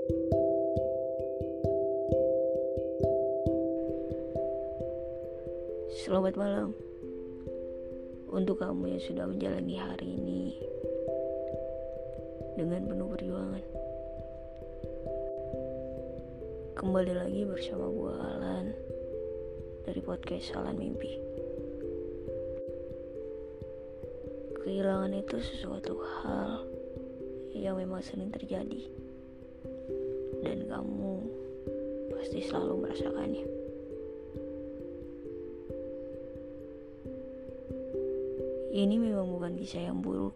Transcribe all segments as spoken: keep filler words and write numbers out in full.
Selamat malam untuk kamu yang sudah menjalani hari ini dengan penuh perjuangan. Kembali lagi bersama gue Alan dari podcast Alan Mimpi. Kehilangan itu sesuatu hal yang memang sering terjadi, dan kamu pasti selalu merasakannya. Ini memang bukan kisah yang buruk,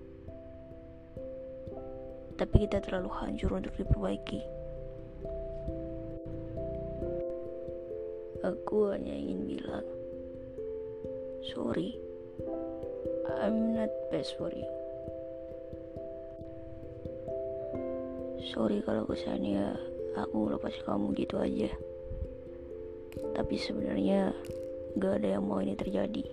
tapi kita terlalu hancur untuk diperbaiki. Aku hanya ingin bilang, sorry, I'm not best for you. Sorry kalau kesannya aku lepas kamu gitu aja. Tapi sebenarnya gak ada yang mau ini terjadi.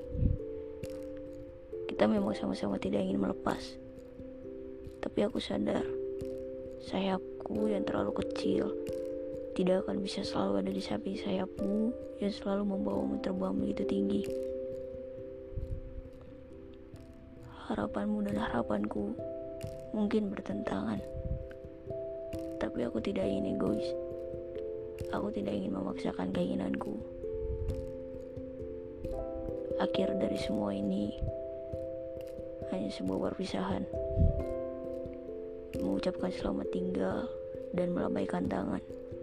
Kita memang sama-sama tidak ingin melepas. Tapi aku sadar, sayapku yang terlalu kecil tidak akan bisa selalu ada di samping sayapmu yang selalu membawamu terbang begitu tinggi. Harapanmu dan harapanku mungkin bertentangan, tapi aku tidak ingin egois. Aku tidak ingin memaksakan keinginanku. Akhir dari semua ini hanya sebuah perpisahan, mengucapkan selamat tinggal dan melambaikan tangan,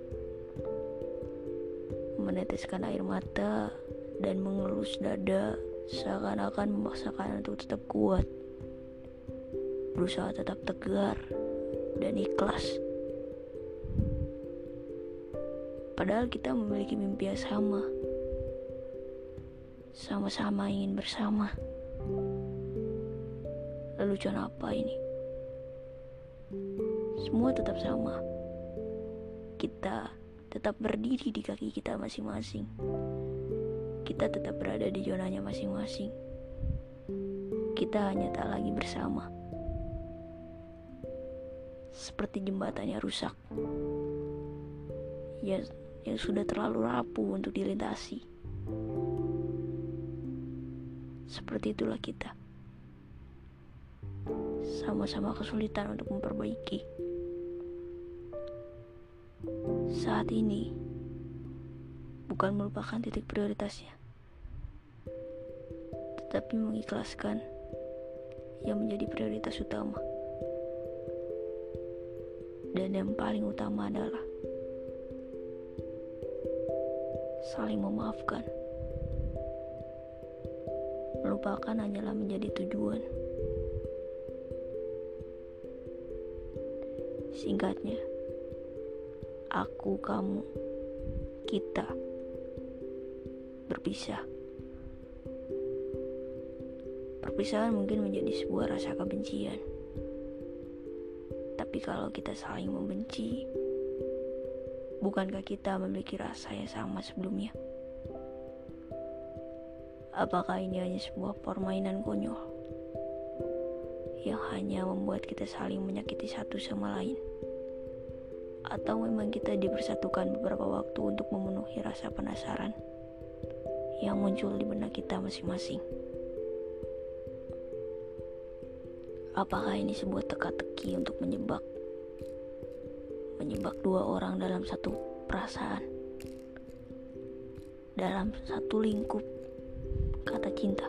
meneteskan air mata dan mengelus dada seakan-akan memaksakan untuk tetap kuat, berusaha tetap tegar dan ikhlas. Padahal kita memiliki mimpi yang sama, sama-sama ingin bersama. Lelucon apa ini? Semua tetap sama. Kita tetap berdiri di kaki kita masing-masing. Kita tetap berada di zonanya masing-masing. Kita hanya tak lagi bersama. Seperti jembatannya rusak, ya, yang sudah terlalu rapuh untuk dilintasi. Seperti itulah kita, sama-sama kesulitan untuk memperbaiki. Saat ini bukan melupakan titik prioritasnya, tetapi mengikhlaskan yang menjadi prioritas utama. Dan yang paling utama adalah saling memaafkan. Melupakan hanyalah menjadi tujuan. Singkatnya, aku, kamu, kita berpisah. Perpisahan mungkin menjadi sebuah rasa kebencian. Tapi kalau kita saling membenci, bukankah kita memiliki rasa yang sama sebelumnya? Apakah ini hanya sebuah permainan konyol yang hanya membuat kita saling menyakiti satu sama lain? Atau memang kita dipersatukan beberapa waktu untuk memenuhi rasa penasaran yang muncul di benak kita masing-masing? Apakah ini sebuah teka-teki untuk menjebak Menjebak dua orang dalam satu perasaan, dalam satu lingkup kata cinta?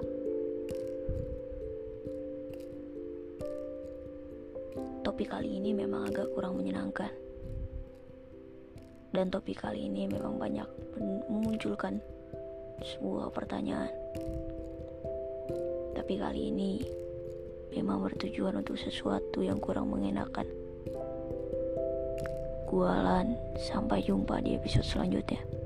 Topik kali ini memang agak kurang menyenangkan, dan topik kali ini memang banyak memunculkan sebuah pertanyaan. Tapi kali ini memang bertujuan untuk sesuatu yang kurang mengenakan. Gua Alan, sampai jumpa di episode selanjutnya.